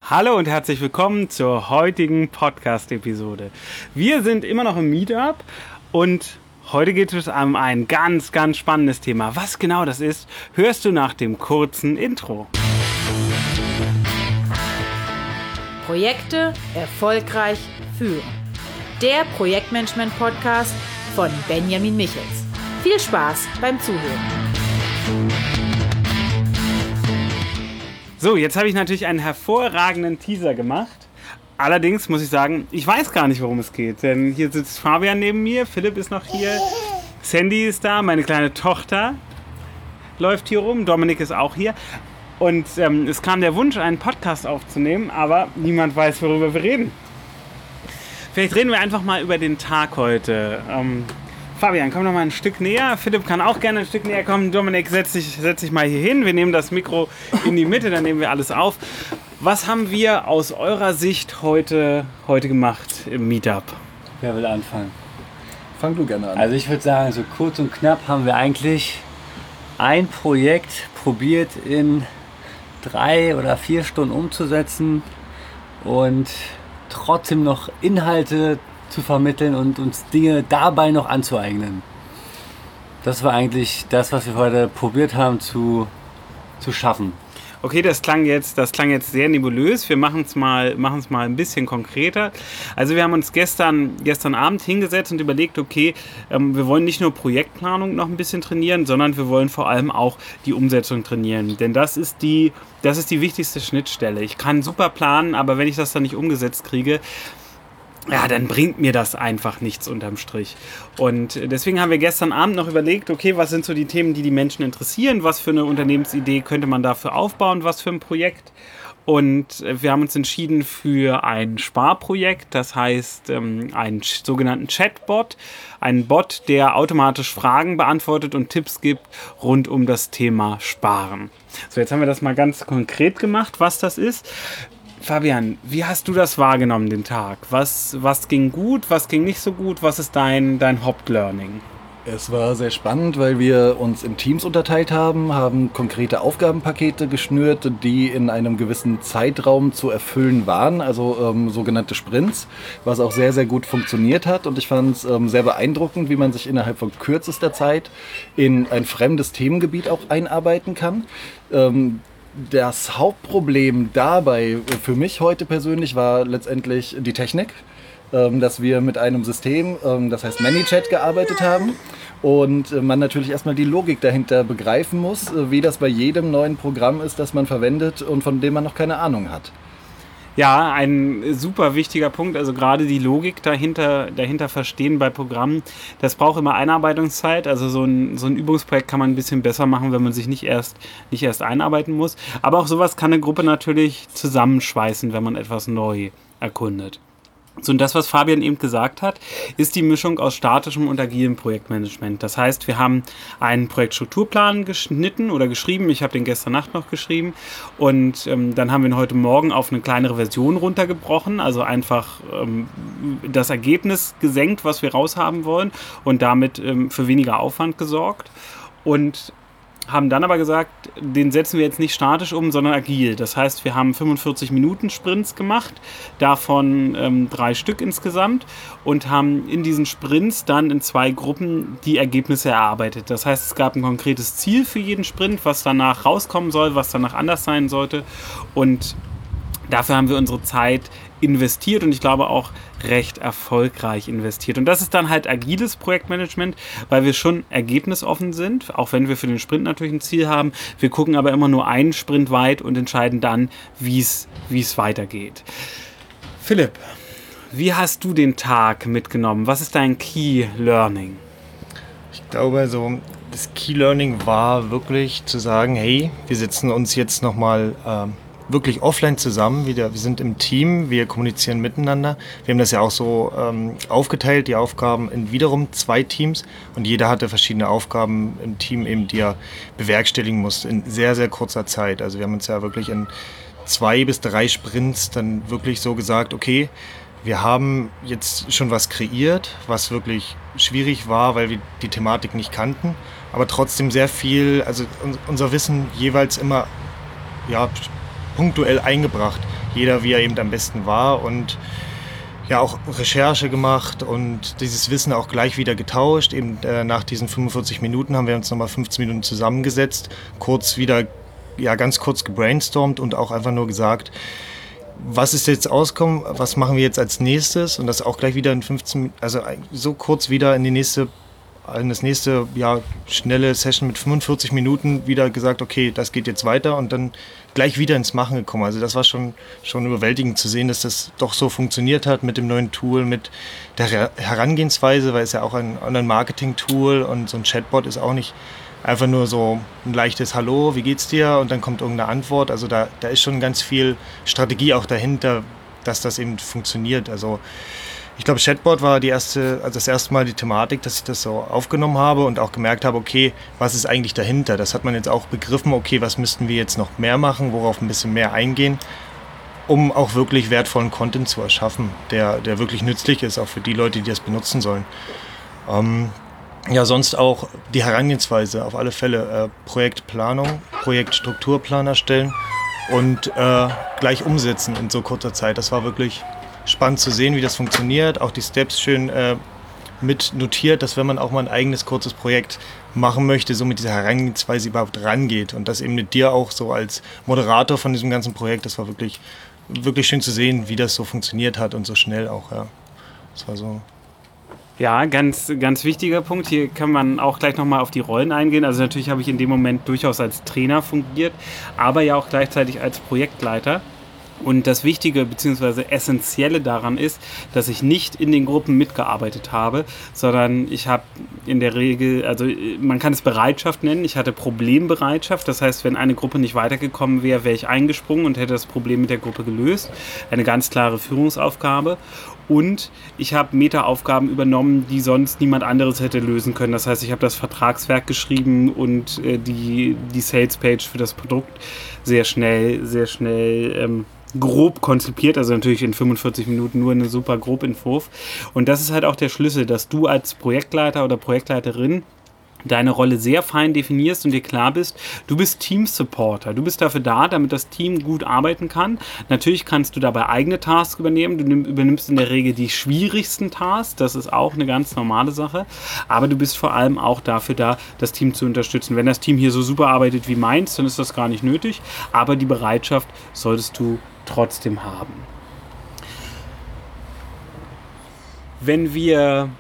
Hallo und herzlich willkommen zur heutigen Podcast-Episode. Wir sind immer noch im Meetup und heute geht es um ein ganz, ganz spannendes Thema. Was genau das ist, hörst du nach dem kurzen Intro. Projekte erfolgreich führen. Der Projektmanagement-Podcast von Benjamin Michels. Viel Spaß beim Zuhören. So, jetzt habe ich natürlich einen hervorragenden Teaser gemacht. Allerdings muss ich sagen, ich weiß gar nicht, worum es geht. Denn hier sitzt Fabian neben mir, Philipp ist noch hier, Sandy ist da, meine kleine Tochter läuft hier rum, Dominik ist auch hier. Und es kam der Wunsch, einen Podcast aufzunehmen, aber niemand weiß, worüber wir reden. Vielleicht reden wir einfach mal über den Tag heute. Fabian, komm noch mal ein Stück näher. Philipp kann auch gerne ein Stück näher kommen. Dominik, setz dich mal hier hin. Wir nehmen das Mikro in die Mitte, dann nehmen wir alles auf. Was haben wir aus eurer Sicht heute gemacht im Meetup? Wer will anfangen? Fang du gerne an. Also ich würde sagen, so kurz und knapp haben wir eigentlich ein Projekt probiert in 3 oder 4 Stunden umzusetzen und trotzdem noch Inhalte zu vermitteln und uns Dinge dabei noch anzueignen. Das war eigentlich das, was wir heute probiert haben zu schaffen. Okay, das klang jetzt sehr nebulös. Wir machen es mal ein bisschen konkreter. Also wir haben uns gestern Abend hingesetzt und überlegt, okay, wir wollen nicht nur Projektplanung noch ein bisschen trainieren, sondern wir wollen vor allem auch die Umsetzung trainieren. Denn das ist die wichtigste Schnittstelle. Ich kann super planen, aber wenn ich das dann nicht umgesetzt kriege, ja, dann bringt mir das einfach nichts unterm Strich. Und deswegen haben wir gestern Abend noch überlegt, okay, was sind so die Themen, die Menschen interessieren, was für eine Unternehmensidee könnte man dafür aufbauen, was für ein Projekt. Und wir haben uns entschieden für ein Sparprojekt, das heißt einen sogenannten Chatbot, einen Bot, der automatisch Fragen beantwortet und Tipps gibt rund um das Thema Sparen. So, jetzt haben wir das mal ganz konkret gemacht, was das ist. Fabian, wie hast du das wahrgenommen, den Tag? Was ging gut, was ging nicht so gut? Was ist dein Hauptlearning? Es war sehr spannend, weil wir uns in Teams unterteilt haben konkrete Aufgabenpakete geschnürt, die in einem gewissen Zeitraum zu erfüllen waren, also sogenannte Sprints, was auch sehr, sehr gut funktioniert hat. Und ich fand es sehr beeindruckend, wie man sich innerhalb von kürzester Zeit in ein fremdes Themengebiet auch einarbeiten kann. Das Hauptproblem dabei für mich heute persönlich war letztendlich die Technik, dass wir mit einem System, das heißt ManyChat, gearbeitet haben und man natürlich erstmal die Logik dahinter begreifen muss, wie das bei jedem neuen Programm ist, das man verwendet und von dem man noch keine Ahnung hat. Ja, ein super wichtiger Punkt, also gerade die Logik dahinter verstehen bei Programmen, das braucht immer Einarbeitungszeit, also so ein Übungsprojekt kann man ein bisschen besser machen, wenn man sich nicht erst einarbeiten muss, aber auch sowas kann eine Gruppe natürlich zusammenschweißen, wenn man etwas neu erkundet. So, und das, was Fabian eben gesagt hat, ist die Mischung aus statischem und agilem Projektmanagement. Das heißt, wir haben einen Projektstrukturplan geschnitten oder geschrieben. Ich habe den gestern Nacht noch geschrieben. Und dann haben wir ihn heute Morgen auf eine kleinere Version runtergebrochen. Also einfach das Ergebnis gesenkt, was wir raushaben wollen. Und damit für weniger Aufwand gesorgt. Und haben dann aber gesagt, den setzen wir jetzt nicht statisch um, sondern agil. Das heißt, wir haben 45 Minuten Sprints gemacht, davon 3 Stück insgesamt und haben in diesen Sprints dann in 2 Gruppen die Ergebnisse erarbeitet. Das heißt, es gab ein konkretes Ziel für jeden Sprint, was danach rauskommen soll, was danach anders sein sollte, und dafür haben wir unsere Zeit investiert und ich glaube auch recht erfolgreich investiert. Und das ist dann halt agiles Projektmanagement, weil wir schon ergebnisoffen sind, auch wenn wir für den Sprint natürlich ein Ziel haben. Wir gucken aber immer nur einen Sprint weit und entscheiden dann, wie es weitergeht. Philipp, wie hast du den Tag mitgenommen? Was ist dein Key Learning? Ich glaube, also das Key Learning war wirklich zu sagen, hey, wir setzen uns jetzt nochmal wirklich offline zusammen wieder. Wir sind im Team, wir kommunizieren miteinander. Wir haben das ja auch so aufgeteilt, die Aufgaben in wiederum 2 Teams, und jeder hatte verschiedene Aufgaben im Team, eben, die er bewerkstelligen musste in sehr, sehr kurzer Zeit. Also wir haben uns ja wirklich in 2 bis 3 Sprints dann wirklich so gesagt, okay, wir haben jetzt schon was kreiert, was wirklich schwierig war, weil wir die Thematik nicht kannten, aber trotzdem sehr viel, also unser Wissen jeweils immer punktuell eingebracht. jeder wie er eben am besten war und ja auch Recherche gemacht und dieses Wissen auch gleich wieder getauscht. Eben nach diesen 45 Minuten haben wir uns nochmal 15 Minuten zusammengesetzt, ganz kurz gebrainstormt und auch einfach nur gesagt, was ist jetzt auskommen, was machen wir jetzt als nächstes und das auch gleich wieder in 15, also so kurz wieder in das nächste schnelle Session mit 45 Minuten wieder gesagt, okay, das geht jetzt weiter und dann gleich wieder ins Machen gekommen. Also das war schon überwältigend zu sehen, dass das doch so funktioniert hat mit dem neuen Tool, mit der Herangehensweise, weil es ja auch ein Online-Marketing-Tool und so ein Chatbot ist auch nicht einfach nur so ein leichtes Hallo, wie geht's dir? Und dann kommt irgendeine Antwort. Also da ist schon ganz viel Strategie auch dahinter, dass das eben funktioniert. Also ich glaube, Chatbot war das erste Mal die Thematik, dass ich das so aufgenommen habe und auch gemerkt habe, okay, was ist eigentlich dahinter? Das hat man jetzt auch begriffen, okay, was müssten wir jetzt noch mehr machen, worauf ein bisschen mehr eingehen, um auch wirklich wertvollen Content zu erschaffen, der wirklich nützlich ist, auch für die Leute, die das benutzen sollen. Sonst auch die Herangehensweise, auf alle Fälle Projektplanung, Projektstrukturplan erstellen und gleich umsetzen in so kurzer Zeit. Das war wirklich spannend zu sehen, wie das funktioniert. Auch die Steps schön mit notiert, dass wenn man auch mal ein eigenes kurzes Projekt machen möchte, so mit dieser Herangehensweise überhaupt rangeht. Und das eben mit dir auch so als Moderator von diesem ganzen Projekt, das war wirklich, wirklich schön zu sehen, wie das so funktioniert hat und so schnell auch. Ja. Das war so. Ja, ganz, ganz wichtiger Punkt. Hier kann man auch gleich nochmal auf die Rollen eingehen. Also natürlich habe ich in dem Moment durchaus als Trainer fungiert, aber ja auch gleichzeitig als Projektleiter. Und das Wichtige bzw. Essentielle daran ist, dass ich nicht in den Gruppen mitgearbeitet habe, sondern ich habe in der Regel, also man kann es Bereitschaft nennen, ich hatte Problembereitschaft. Das heißt, wenn eine Gruppe nicht weitergekommen wäre, wäre ich eingesprungen und hätte das Problem mit der Gruppe gelöst. Eine ganz klare Führungsaufgabe. Und ich habe Meta-Aufgaben übernommen, die sonst niemand anderes hätte lösen können. Das heißt, ich habe das Vertragswerk geschrieben und die Sales-Page für das Produkt sehr schnell grob konzipiert, also natürlich in 45 Minuten nur eine super Grobentwurf. Und das ist halt auch der Schlüssel, dass du als Projektleiter oder Projektleiterin deine Rolle sehr fein definierst und dir klar bist, du bist Team-Supporter. Du bist dafür da, damit das Team gut arbeiten kann. Natürlich kannst du dabei eigene Tasks übernehmen. Du übernimmst in der Regel die schwierigsten Tasks. Das ist auch eine ganz normale Sache. Aber du bist vor allem auch dafür da, das Team zu unterstützen. Wenn das Team hier so super arbeitet wie meins, dann ist das gar nicht nötig. Aber die Bereitschaft solltest du trotzdem haben. Wenn wir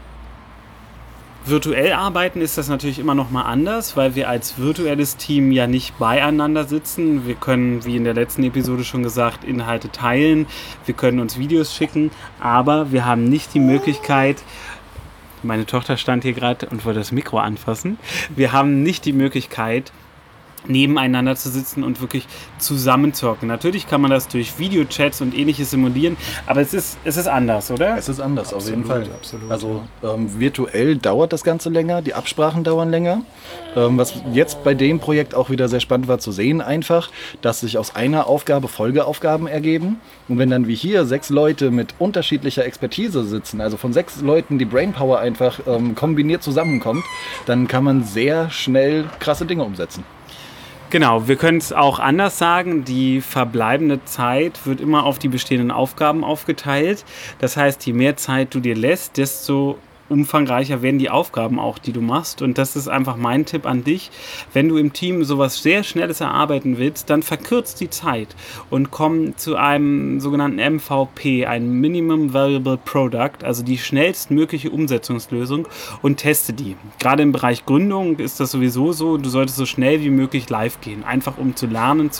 virtuell arbeiten, ist das natürlich immer noch mal anders, weil wir als virtuelles Team ja nicht beieinander sitzen. Wir können, wie in der letzten Episode schon gesagt, Inhalte teilen, wir können uns Videos schicken, aber wir haben nicht die Möglichkeit, meine Tochter stand hier gerade und wollte das Mikro anfassen, wir haben nicht die Möglichkeit, nebeneinander zu sitzen und wirklich zusammenzocken. Natürlich kann man das durch Videochats und ähnliches simulieren, aber es ist anders, oder? Es ist anders, absolut, auf jeden Fall. Absolut, also virtuell dauert das Ganze länger, die Absprachen dauern länger. Was jetzt bei dem Projekt auch wieder sehr spannend war zu sehen, einfach, dass sich aus einer Aufgabe Folgeaufgaben ergeben. Und wenn dann wie hier 6 Leute mit unterschiedlicher Expertise sitzen, also von 6 Leuten die Brainpower einfach kombiniert zusammenkommt, dann kann man sehr schnell krasse Dinge umsetzen. Genau, wir können es auch anders sagen, die verbleibende Zeit wird immer auf die bestehenden Aufgaben aufgeteilt. Das heißt, je mehr Zeit du dir lässt, desto umfangreicher werden die Aufgaben auch, die du machst. Und das ist einfach mein Tipp an dich. Wenn du im Team sowas sehr Schnelles erarbeiten willst, dann verkürzt die Zeit und komm zu einem sogenannten MVP, ein Minimum Valuable Product, also die schnellstmögliche Umsetzungslösung, und teste die. Gerade im Bereich Gründung ist das sowieso so, du solltest so schnell wie möglich live gehen, einfach um zu lernen.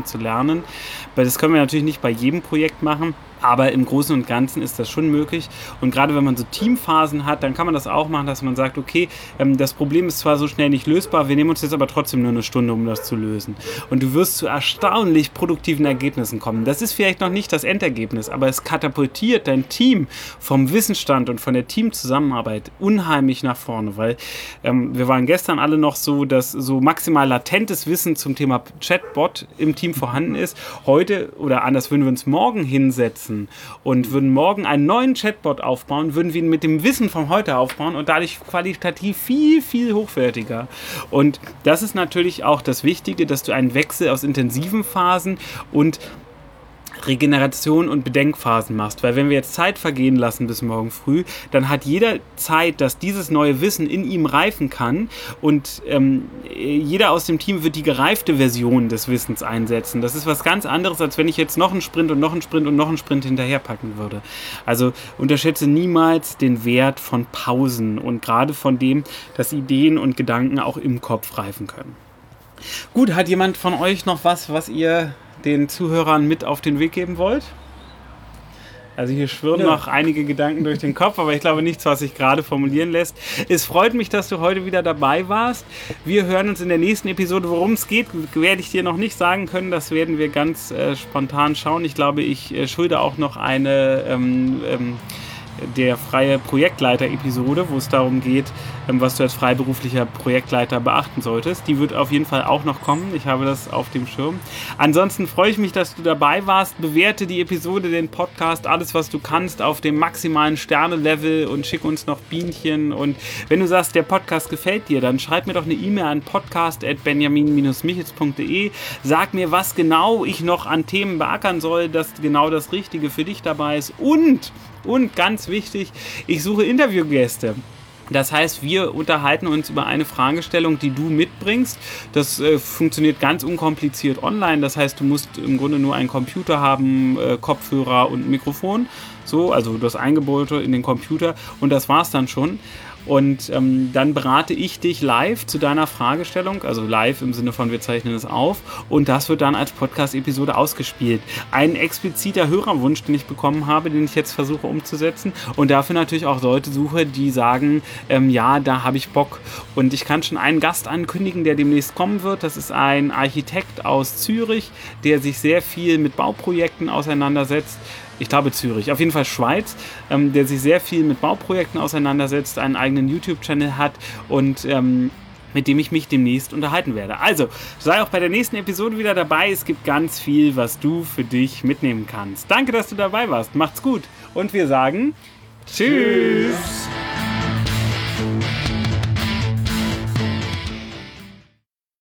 Weil das können wir natürlich nicht bei jedem Projekt machen. Aber im Großen und Ganzen ist das schon möglich. Und gerade wenn man so Teamphasen hat, dann kann man das auch machen, dass man sagt, okay, das Problem ist zwar so schnell nicht lösbar, wir nehmen uns jetzt aber trotzdem nur eine Stunde, um das zu lösen. Und du wirst zu erstaunlich produktiven Ergebnissen kommen. Das ist vielleicht noch nicht das Endergebnis, aber es katapultiert dein Team vom Wissensstand und von der Teamzusammenarbeit unheimlich nach vorne. Weil wir waren gestern alle noch so, dass so maximal latentes Wissen zum Thema Chatbot im Team vorhanden ist. Heute, oder anders, würden wir uns morgen hinsetzen und würden morgen einen neuen Chatbot aufbauen, würden wir ihn mit dem Wissen von heute aufbauen und dadurch qualitativ viel, viel hochwertiger. Und das ist natürlich auch das Wichtige, dass du einen Wechsel aus intensiven Phasen und Regeneration und Bedenkphasen machst. Weil wenn wir jetzt Zeit vergehen lassen bis morgen früh, dann hat jeder Zeit, dass dieses neue Wissen in ihm reifen kann und jeder aus dem Team wird die gereifte Version des Wissens einsetzen. Das ist was ganz anderes, als wenn ich jetzt noch einen Sprint und noch einen Sprint und noch einen Sprint hinterherpacken würde. Also unterschätze niemals den Wert von Pausen und gerade von dem, dass Ideen und Gedanken auch im Kopf reifen können. Gut, hat jemand von euch noch was ihr den Zuhörern mit auf den Weg geben wollt? Also hier schwirren noch einige Gedanken durch den Kopf, aber ich glaube nichts, was sich gerade formulieren lässt. Es freut mich, dass du heute wieder dabei warst. Wir hören uns in der nächsten Episode. Worum es geht, werde ich dir noch nicht sagen können. Das werden wir ganz spontan schauen. Ich glaube, ich schulde auch noch eine der freie Projektleiter-Episode, wo es darum geht, was du als freiberuflicher Projektleiter beachten solltest. Die wird auf jeden Fall auch noch kommen. Ich habe das auf dem Schirm. Ansonsten freue ich mich, dass du dabei warst. Bewerte die Episode, den Podcast, alles, was du kannst, auf dem maximalen Sterne-Level und schick uns noch Bienchen. Und wenn du sagst, der Podcast gefällt dir, dann schreib mir doch eine E-Mail an podcast@benjamin-michels.de. Sag mir, was genau ich noch an Themen beackern soll, dass genau das Richtige für dich dabei ist. Und ganz wichtig, ich suche Interviewgäste. Das heißt, wir unterhalten uns über eine Fragestellung, die du mitbringst. Das funktioniert ganz unkompliziert online. Das heißt, du musst im Grunde nur einen Computer haben, Kopfhörer und ein Mikrofon. So, also das Eingebaulte in den Computer und das war's dann schon. Und dann berate ich dich live zu deiner Fragestellung, also live im Sinne von wir zeichnen es auf und das wird dann als Podcast-Episode ausgespielt. Ein expliziter Hörerwunsch, den ich bekommen habe, den ich jetzt versuche umzusetzen und dafür natürlich auch Leute suche, die sagen, ja, da habe ich Bock. Und ich kann schon einen Gast ankündigen, der demnächst kommen wird. Das ist ein Architekt aus Zürich, der sich sehr viel mit Bauprojekten auseinandersetzt. Ich glaube Zürich, auf jeden Fall Schweiz, der sich sehr viel mit Bauprojekten auseinandersetzt, einen eigenen YouTube-Channel hat und mit dem ich mich demnächst unterhalten werde. Also, sei auch bei der nächsten Episode wieder dabei. Es gibt ganz viel, was du für dich mitnehmen kannst. Danke, dass du dabei warst. Macht's gut. Und wir sagen Tschüss.